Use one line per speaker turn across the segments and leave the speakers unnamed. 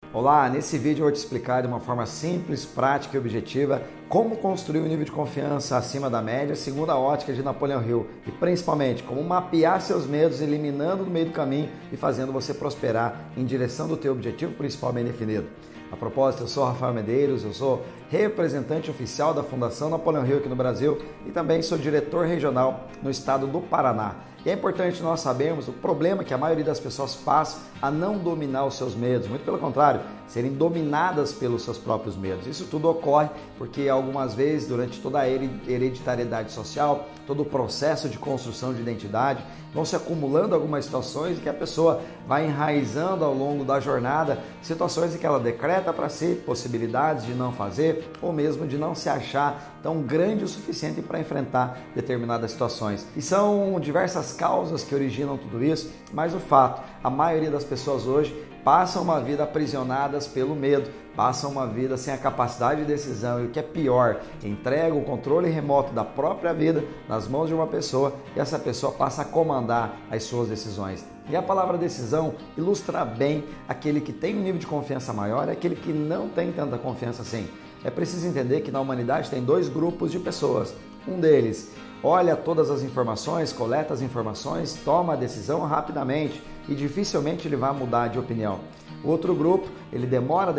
Olá, nesse vídeo eu vou te explicar de uma forma simples, prática e objetiva como construir um nível de confiança acima da média segundo a ótica de Napoleão Hill e principalmente como mapear seus medos, eliminando no meio do caminho e fazendo você prosperar em direção do teu objetivo principal bem definido. A propósito, eu sou Rafael Medeiros, eu sou representante oficial da Fundação Napoleão Hill aqui no Brasil e também sou diretor regional no estado do Paraná. E é importante nós sabermos o problema que a maioria das pessoas passa a não dominar os seus medos, muito pelo contrário, serem dominadas pelos seus próprios medos. Isso tudo ocorre porque algumas vezes, durante toda a hereditariedade social, todo o processo de construção de identidade, vão se acumulando algumas situações em que a pessoa vai enraizando ao longo da jornada situações em que ela decreta para si possibilidades de não fazer ou mesmo de não se achar tão grande o suficiente para enfrentar determinadas situações. E são diversas causas que originam tudo isso, mas o fato, a maioria das pessoas hoje passam uma vida aprisionadas pelo medo, passam uma vida sem a capacidade de decisão e o que é pior, entrega o controle remoto da própria vida nas mãos de uma pessoa e essa pessoa passa a comandar as suas decisões. E a palavra decisão ilustra bem aquele que tem um nível de confiança maior e aquele que não tem tanta confiança assim. É preciso entender que na humanidade tem dois grupos de pessoas. Um deles olha todas as informações, coleta as informações, toma a decisão rapidamente e dificilmente ele vai mudar de opinião. O outro grupo, ele demora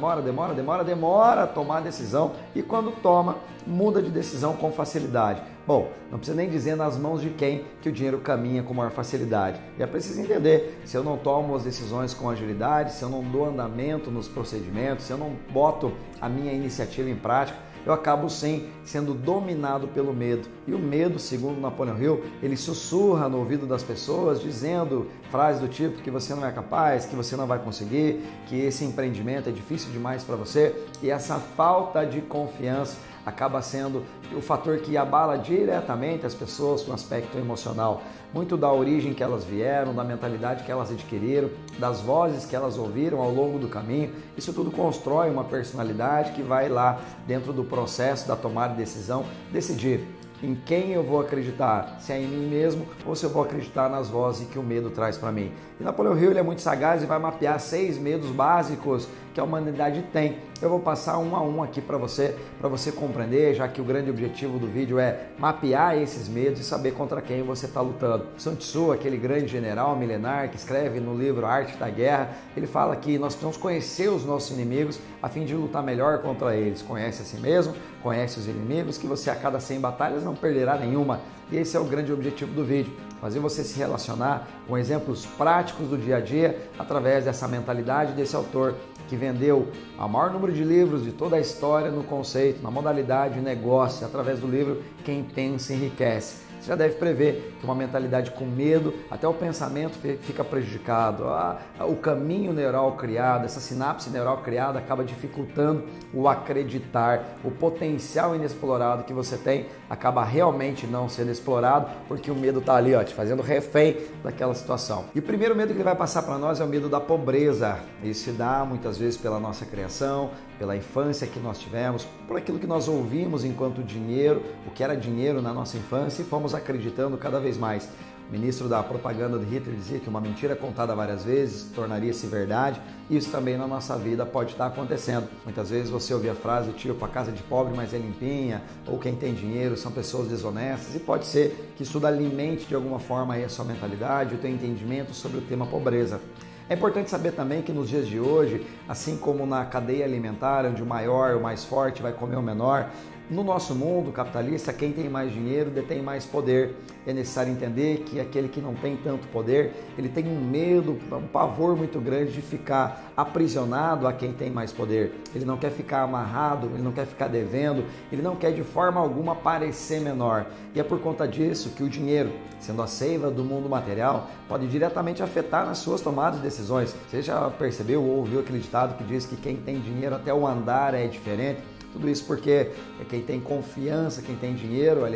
a tomar a decisão e quando toma, muda de decisão com facilidade. Bom, não precisa nem dizer nas mãos de quem que o dinheiro caminha com maior facilidade. E é preciso entender, se eu não tomo as decisões com agilidade, se eu não dou andamento nos procedimentos, se eu não boto a minha iniciativa em prática, eu acabo sim sendo dominado pelo medo. E o medo, segundo Napoleão Hill, ele sussurra no ouvido das pessoas, dizendo frases do tipo que você não é capaz, que você não vai conseguir, que esse empreendimento é difícil demais para você. E essa falta de confiança acaba sendo o fator que abala diretamente as pessoas com aspecto emocional. Muito da origem que elas vieram, da mentalidade que elas adquiriram, das vozes que elas ouviram ao longo do caminho. Isso tudo constrói uma personalidade que vai lá dentro do processo da tomada de decisão decidir em quem eu vou acreditar, se é em mim mesmo ou se eu vou acreditar nas vozes que o medo traz para mim. E Napoleão Hill ele é muito sagaz e vai mapear 6 medos básicos que a humanidade tem. Eu vou passar um a um aqui para você compreender, já que o grande objetivo do vídeo é mapear esses medos e saber contra quem você está lutando. Sun Tzu, aquele grande general milenar que escreve no livro Arte da Guerra, ele fala que nós precisamos conhecer os nossos inimigos a fim de lutar melhor contra eles. Conhece a si mesmo, conhece os inimigos, que você a cada 100 batalhas não perderá nenhuma. E esse é o grande objetivo do vídeo, fazer você se relacionar com exemplos práticos do dia a dia através dessa mentalidade desse autor que vendeu o maior número de livros de toda a história no conceito, na modalidade negócio, através do livro Quem Pensa Enriquece. Você já deve prever que uma mentalidade com medo, até o pensamento fica prejudicado. O caminho neural criado, essa sinapse neural criada acaba dificultando o acreditar. O potencial inexplorado que você tem acaba realmente não sendo explorado porque o medo está ali, te fazendo refém daquela situação. E o primeiro medo que ele vai passar para nós é o medo da pobreza. Isso se dá muitas vezes pela nossa criação, pela infância que nós tivemos, por aquilo que nós ouvimos enquanto dinheiro, o que era dinheiro na nossa infância e fomos acreditando cada vez mais. O ministro da propaganda de Hitler dizia que uma mentira contada várias vezes tornaria-se verdade. Isso também na nossa vida pode estar acontecendo. Muitas vezes você ouve a frase do tipo, a casa de pobre mas é limpinha, ou quem tem dinheiro são pessoas desonestas, e pode ser que isso alimente de alguma forma aí a sua mentalidade, o teu entendimento sobre o tema pobreza. É importante saber também que nos dias de hoje, assim como na cadeia alimentar, onde o maior, o mais forte vai comer o menor, no nosso mundo capitalista, quem tem mais dinheiro detém mais poder. É necessário entender que aquele que não tem tanto poder, ele tem um medo, um pavor muito grande de ficar aprisionado a quem tem mais poder. Ele não quer ficar amarrado, ele não quer ficar devendo, ele não quer de forma alguma parecer menor. E é por conta disso que o dinheiro, sendo a seiva do mundo material, pode diretamente afetar nas suas tomadas de decisões. Você já percebeu ou ouviu aquele ditado que diz que quem tem dinheiro até o andar é diferente? Tudo isso porque quem tem confiança, quem tem dinheiro, aliás,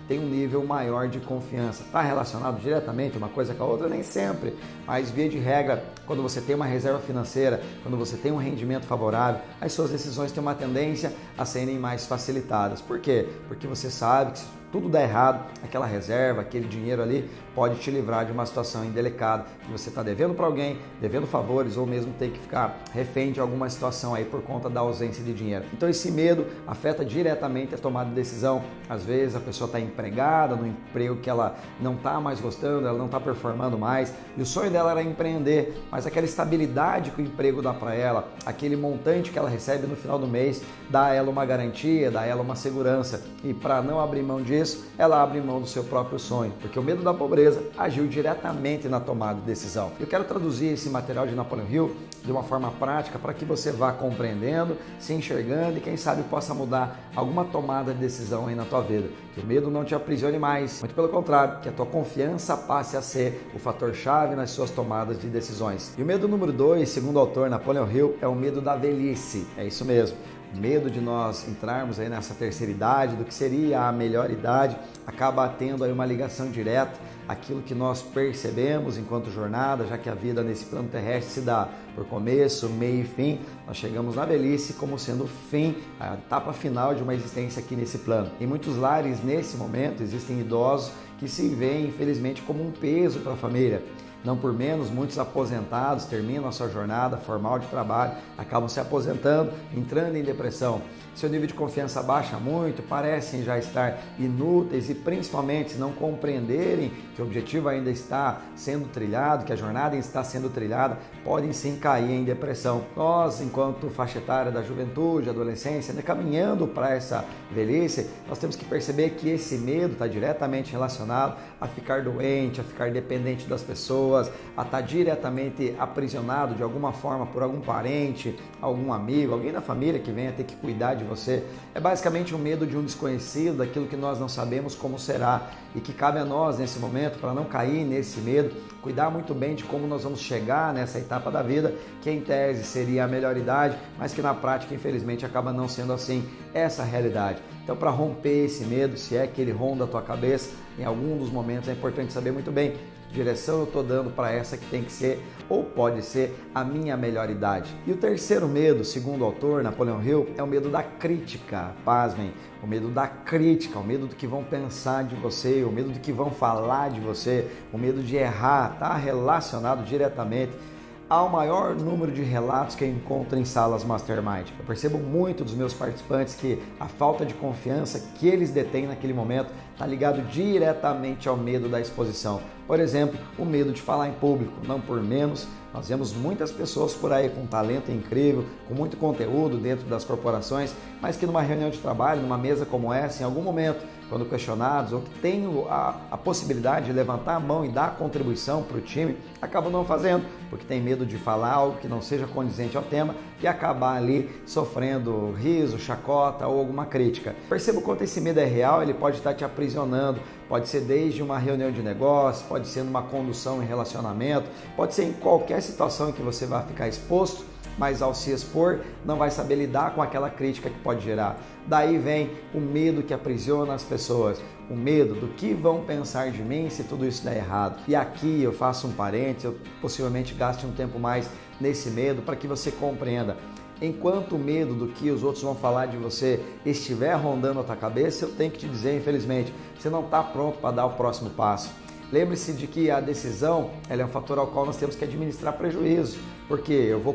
tem um nível maior de confiança. Está relacionado diretamente uma coisa com a outra? Nem sempre, mas via de regra, quando você tem uma reserva financeira, quando você tem um rendimento favorável, as suas decisões têm uma tendência a serem mais facilitadas. Por quê? Porque você sabe que se tudo der errado, aquela reserva, aquele dinheiro ali pode te livrar de uma situação indelicada, que você está devendo para alguém, devendo favores ou mesmo ter que ficar refém de alguma situação aí por conta da ausência de dinheiro. Então esse medo afeta diretamente a tomada de decisão. Às vezes a pessoa está empregada no emprego que ela não está mais gostando, ela não está performando mais e o sonho dela era empreender, mas aquela estabilidade que o emprego dá para ela, aquele montante que ela recebe no final do mês, dá a ela uma garantia, dá a ela uma segurança e para não abrir mão disso, ela abre mão do seu próprio sonho, porque o medo da pobreza agiu diretamente na tomada de decisão. Eu quero traduzir esse material de Napoleon Hill de uma forma prática para que você vá compreendendo, se enxergando e quem sabe possa mudar alguma tomada de decisão aí na tua vida. Que o medo não te aprisione mais, muito pelo contrário, que a tua confiança passe a ser o fator-chave nas suas tomadas de decisões. E o medo número 2, segundo o autor Napoleon Hill, é o medo da velhice. É isso mesmo. Medo de nós entrarmos aí nessa terceira idade, do que seria a melhor idade, acaba tendo aí uma ligação direta àquilo que nós percebemos enquanto jornada, já que a vida nesse plano terrestre se dá por começo, meio e fim, nós chegamos na velhice como sendo o fim, a etapa final de uma existência aqui nesse plano. Em muitos lares, nesse momento, existem idosos que se veem, infelizmente, como um peso para a família. Não por menos, muitos aposentados terminam a sua jornada formal de trabalho, acabam se aposentando, entrando em depressão. Seu nível de confiança baixa muito, parecem já estar inúteis e principalmente se não compreenderem que o objetivo ainda está sendo trilhado, que a jornada está sendo trilhada, podem sim cair em depressão. Nós, enquanto faixa etária da juventude, adolescência, caminhando para essa velhice, nós temos que perceber que esse medo está diretamente relacionado a ficar doente, a ficar dependente das pessoas, a estar diretamente aprisionado de alguma forma por algum parente, algum amigo, alguém da família que venha ter que cuidar de você. É basicamente um medo de um desconhecido, daquilo que nós não sabemos como será e que cabe a nós nesse momento, para não cair nesse medo, cuidar muito bem de como nós vamos chegar nessa etapa da vida, que em tese seria a melhor idade, mas que na prática, infelizmente, acaba não sendo assim essa realidade. Então, para romper esse medo, se é que ele ronda a tua cabeça, em algum dos momentos é importante saber muito bem que direção eu estou dando para essa que tem que ser ou pode ser a minha melhor idade. E o terceiro medo, segundo o autor Napoleon Hill, é o medo da crítica. Pasmem, o medo da crítica, o medo do que vão pensar de você, o medo do que vão falar de você, o medo de errar, está relacionado diretamente ao maior número de relatos que eu encontro em salas Mastermind. Eu percebo muito dos meus participantes que a falta de confiança que eles detêm naquele momento está ligado diretamente ao medo da exposição. Por exemplo, o medo de falar em público, não por menos. Nós vemos muitas pessoas por aí com talento incrível, com muito conteúdo dentro das corporações, mas que numa reunião de trabalho, numa mesa como essa, em algum momento, quando questionados ou que têm a possibilidade de levantar a mão e dar contribuição para o time, acabam não fazendo, porque tem medo de falar algo que não seja condizente ao tema e acabar ali sofrendo riso, chacota ou alguma crítica. Perceba o quanto esse medo é real, ele pode estar te aprisionando, pode ser desde uma reunião de negócio, pode ser numa condução em relacionamento, pode ser em qualquer situação em que você vai ficar exposto, mas ao se expor não vai saber lidar com aquela crítica que pode gerar. Daí vem o medo que aprisiona as pessoas, o medo do que vão pensar de mim se tudo isso der errado. E aqui eu faço um parênteses, eu possivelmente gaste um tempo mais nesse medo para que você compreenda. Enquanto o medo do que os outros vão falar de você estiver rondando a tua cabeça, eu tenho que te dizer, infelizmente, você não está pronto para dar o próximo passo. Lembre-se de que a decisão ela é um fator ao qual nós temos que administrar prejuízo, porque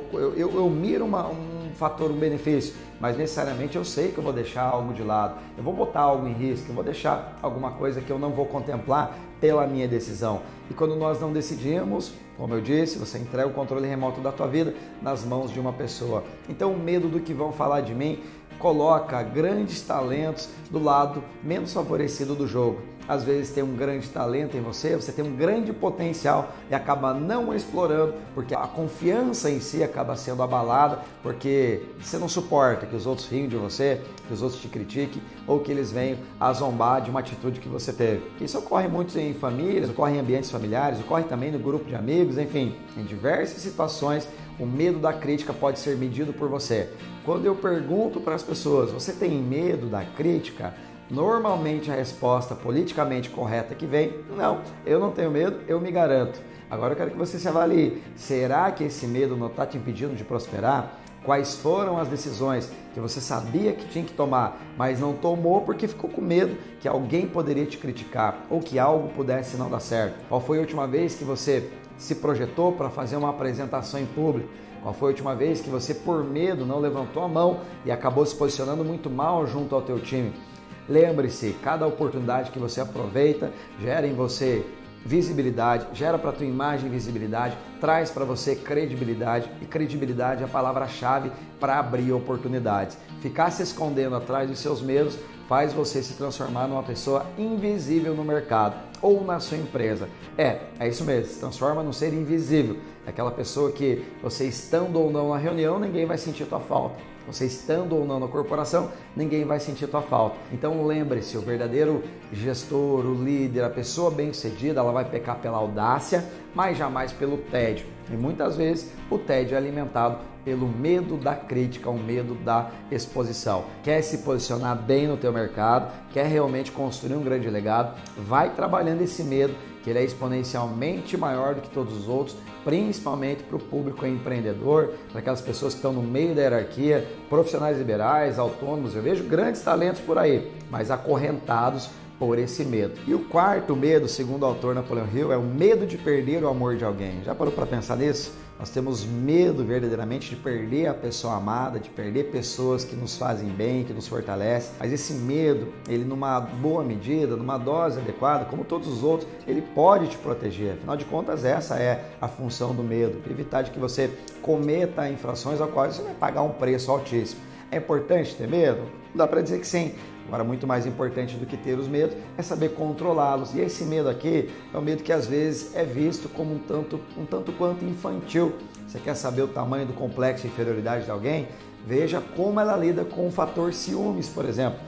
eu miro um fator, um benefício, mas necessariamente eu sei que eu vou deixar algo de lado, eu vou botar algo em risco, eu vou deixar alguma coisa que eu não vou contemplar pela minha decisão. E quando nós não decidimos, como eu disse, você entrega o controle remoto da tua vida nas mãos de uma pessoa. Então o medo do que vão falar de mim coloca grandes talentos do lado menos favorecido do jogo. Às vezes tem um grande talento em você, você tem um grande potencial e acaba não explorando, porque a confiança em si acaba sendo abalada, porque você não suporta que os outros riem de você, que os outros te critiquem ou que eles venham a zombar de uma atitude que você teve. Isso ocorre muito em famílias, ocorre em ambientes familiares, ocorre também no grupo de amigos, enfim, em diversas situações. O medo da crítica pode ser medido por você. Quando eu pergunto para as pessoas, você tem medo da crítica? Normalmente a resposta politicamente correta que vem, não, eu não tenho medo, eu me garanto. Agora eu quero que você se avalie, será que esse medo não está te impedindo de prosperar? Quais foram as decisões que você sabia que tinha que tomar, mas não tomou porque ficou com medo que alguém poderia te criticar ou que algo pudesse não dar certo? Qual foi a última vez que você se projetou para fazer uma apresentação em público? Qual foi a última vez que você, por medo, não levantou a mão e acabou se posicionando muito mal junto ao teu time? Lembre-se, cada oportunidade que você aproveita gera em você visibilidade, gera para a tua imagem visibilidade, traz para você credibilidade, e credibilidade é a palavra-chave para abrir oportunidades. Ficar se escondendo atrás dos seus medos faz você se transformar numa pessoa invisível no mercado ou na sua empresa. É isso mesmo, se transforma num ser invisível. É aquela pessoa que você estando ou não na reunião, ninguém vai sentir tua falta. Você estando ou não na corporação, ninguém vai sentir tua falta. Então lembre-se, o verdadeiro gestor, o líder, a pessoa bem-sucedida, ela vai pecar pela audácia, mas jamais pelo tédio. E muitas vezes o tédio é alimentado pelo medo da crítica, o medo da exposição. Quer se posicionar bem no teu mercado, quer realmente construir um grande legado, vai trabalhando esse medo, que ele é exponencialmente maior do que todos os outros, principalmente para o público empreendedor, para aquelas pessoas que estão no meio da hierarquia, profissionais liberais, autônomos. Eu vejo grandes talentos por aí, mas acorrentados por esse medo. E o quarto medo, segundo o autor Napoleão Hill, é o medo de perder o amor de alguém. Já parou para pensar nisso? Nós temos medo verdadeiramente de perder a pessoa amada, de perder pessoas que nos fazem bem, que nos fortalecem. Mas esse medo, ele numa boa medida, numa dose adequada, como todos os outros, ele pode te proteger. Afinal de contas, essa é a função do medo, evitar de que você cometa infrações ao qual você vai pagar um preço altíssimo. É importante ter medo? Dá para dizer que sim. Agora, muito mais importante do que ter os medos é saber controlá-los. E esse medo aqui é um medo que às vezes é visto como um tanto quanto infantil. Você quer saber o tamanho do complexo de inferioridade de alguém? Veja como ela lida com o fator ciúmes, por exemplo.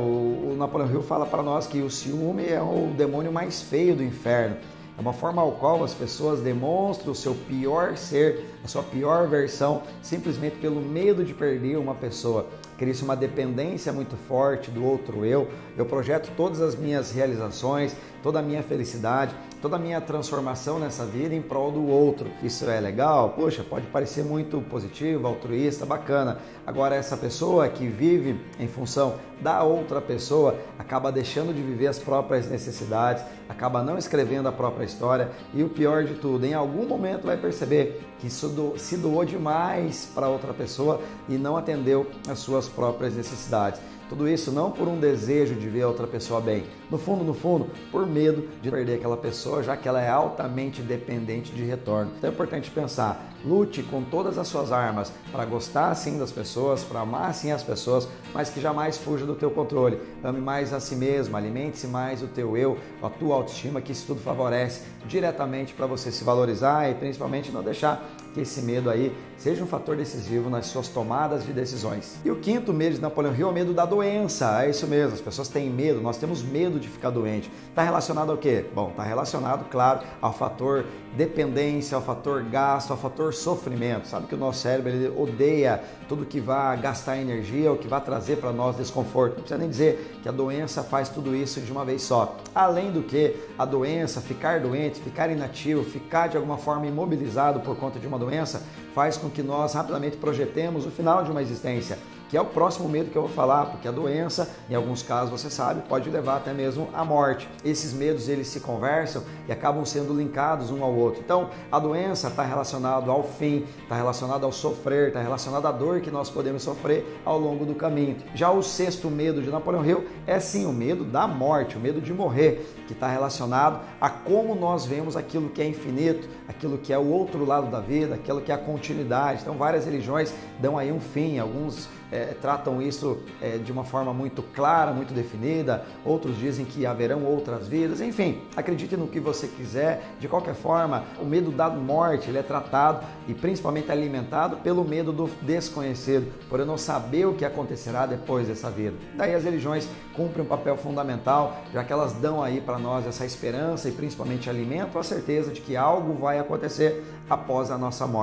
O Napoleão Hill fala para nós que o ciúme é o demônio mais feio do inferno. É uma forma ao qual as pessoas demonstram o seu pior ser, a sua pior versão, simplesmente pelo medo de perder uma pessoa. Cria-se uma dependência muito forte do outro eu. Eu projeto todas as minhas realizações, toda a minha felicidade, toda a minha transformação nessa vida em prol do outro. Isso é legal? Poxa, pode parecer muito positivo, altruísta, bacana. Agora, essa pessoa que vive em função da outra pessoa acaba deixando de viver as próprias necessidades, acaba não escrevendo a própria história e o pior de tudo, em algum momento vai perceber que se doou demais para outra pessoa e não atendeu às suas próprias necessidades. Tudo isso não por um desejo de ver a outra pessoa bem, no fundo, por medo de perder aquela pessoa, já que ela é altamente dependente de retorno. Então é importante pensar, lute com todas as suas armas para gostar sim das pessoas, para amar sim as pessoas, mas que jamais fuja do teu controle. Ame mais a si mesmo, alimente-se mais o teu eu, a tua autoestima, que isso tudo favorece diretamente para você se valorizar e principalmente não deixar que esse medo aí seja um fator decisivo nas suas tomadas de decisões. E o quinto medo de Napoleão Hill é o medo da doença. É isso mesmo, as pessoas têm medo, nós temos medo de ficar doente. Está relacionado ao quê? Bom, está relacionado, claro, ao fator dependência, ao fator gasto, ao fator sofrimento. Sabe que o nosso cérebro ele odeia tudo que vá gastar energia ou que vá trazer para nós desconforto. Não precisa nem dizer que a doença faz tudo isso de uma vez só. Além do que, a doença, ficar doente, ficar inativo, ficar de alguma forma imobilizado por conta de uma doença, faz com que nós rapidamente projetemos o final de uma existência, que é o próximo medo que eu vou falar, porque a doença, em alguns casos, você sabe, pode levar até mesmo à morte. Esses medos, eles se conversam e acabam sendo linkados um ao outro. Então, a doença está relacionada ao fim, está relacionada ao sofrer, está relacionada à dor que nós podemos sofrer ao longo do caminho. Já o sexto medo de Napoleão Hill é sim o medo da morte, o medo de morrer, que está relacionado a como nós vemos aquilo que é infinito, aquilo que é o outro lado da vida, aquilo que é a continuidade. Então, várias religiões dão aí um fim, alguns tratam isso de uma forma muito clara, muito definida, outros dizem que haverão outras vidas, enfim, acredite no que você quiser. De qualquer forma, o medo da morte ele é tratado e principalmente alimentado pelo medo do desconhecido, por eu não saber o que acontecerá depois dessa vida. Daí as religiões cumprem um papel fundamental, já que elas dão aí para nós essa esperança e principalmente alimentam a certeza de que algo vai acontecer após a nossa morte.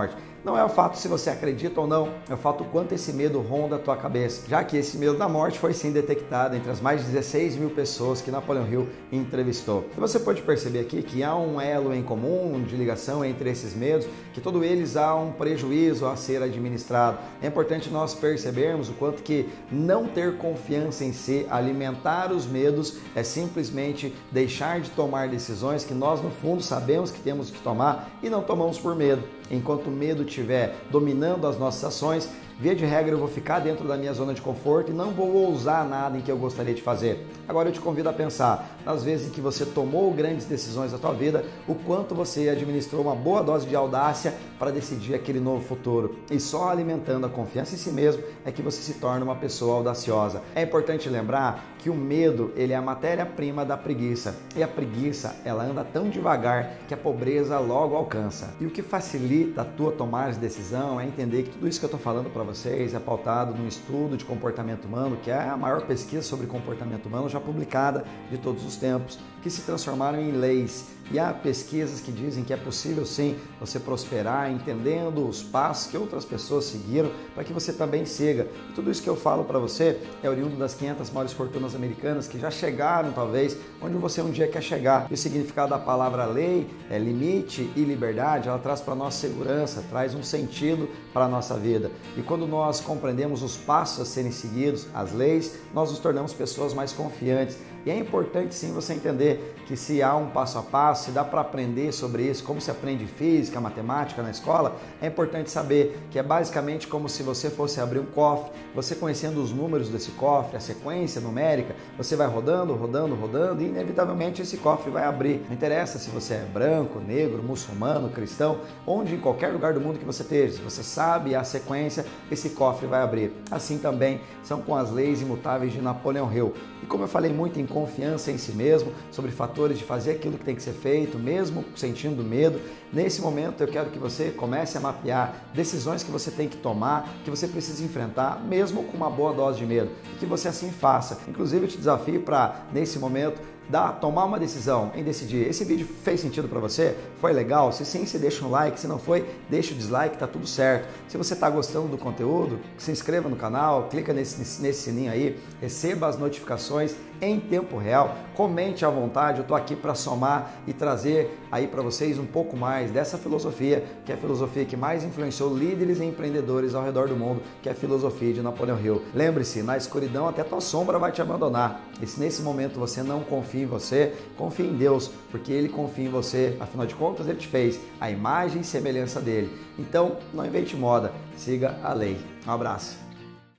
Não é o fato se você acredita ou não, é o fato quanto esse medo ronda a tua cabeça, já que esse medo da morte foi sim detectado entre as mais de 16 mil pessoas que Napoleão Hill entrevistou. E você pode perceber aqui que há um elo em comum de ligação entre esses medos, que todos eles há um prejuízo a ser administrado. É importante nós percebermos o quanto que não ter confiança em si, alimentar os medos, é simplesmente deixar de tomar decisões que nós no fundo sabemos que temos que tomar e não tomamos por medo. Enquanto o medo estiver dominando as nossas ações, via de regra eu vou ficar dentro da minha zona de conforto e não vou ousar nada em que eu gostaria de fazer. Agora eu te convido a pensar, nas vezes em que você tomou grandes decisões da tua vida, o quanto você administrou uma boa dose de audácia para decidir aquele novo futuro. E só alimentando a confiança em si mesmo é que você se torna uma pessoa audaciosa. É importante lembrar que o medo, ele é a matéria-prima da preguiça. E a preguiça, ela anda tão devagar que a pobreza logo alcança. E o que facilita a tua tomada de decisão é entender que tudo isso que eu estou falando para vocês é pautado num estudo de comportamento humano, que é a maior pesquisa sobre comportamento humano já publicada de todos os tempos, que se transformaram em leis. E há pesquisas que dizem que é possível sim você prosperar entendendo os passos que outras pessoas seguiram para que você também siga. E tudo isso que eu falo para você é oriundo das 500 maiores fortunas americanas que já chegaram talvez onde você um dia quer chegar. E o significado da palavra lei é limite e liberdade, ela traz para nós segurança, traz um sentido para a nossa vida. E quando nós compreendemos os passos a serem seguidos, as leis, nós nos tornamos pessoas mais confiantes. E é importante sim você entender que se há um passo a passo, se dá para aprender sobre isso, como se aprende física, matemática na escola, é importante saber que é basicamente como se você fosse abrir um cofre, você conhecendo os números desse cofre, a sequência numérica, você vai rodando, rodando, rodando e inevitavelmente esse cofre vai abrir. Não interessa se você é branco, negro, muçulmano, cristão, onde em qualquer lugar do mundo que você esteja, se você sabe a sequência, esse cofre vai abrir. Assim também são com as leis imutáveis de Napoleão Hill. E como eu falei muito em confiança em si mesmo, sobre fatores de fazer aquilo que tem que ser feito, mesmo sentindo medo, nesse momento eu quero que você comece a mapear decisões que você tem que tomar, que você precisa enfrentar, mesmo com uma boa dose de medo, e que você assim faça. Inclusive eu te desafio para, nesse momento, tomar uma decisão em decidir. Esse vídeo fez sentido para você? Foi legal? Se sim, você deixa um like. Se não foi, deixa o dislike, tá tudo certo. Se você está gostando do conteúdo, se inscreva no canal, clica nesse sininho aí, receba as notificações em tempo real, comente à vontade, eu tô aqui para somar e trazer aí para vocês um pouco mais dessa filosofia, que é a filosofia que mais influenciou líderes e empreendedores ao redor do mundo, que é a filosofia de Napoleão Hill. Lembre-se, na escuridão até tua sombra vai te abandonar. E se nesse momento você não confia em você, confie em Deus, porque Ele confia em você, afinal de contas Ele te fez a imagem e semelhança dele. Então, não invente moda, siga a lei. Um abraço.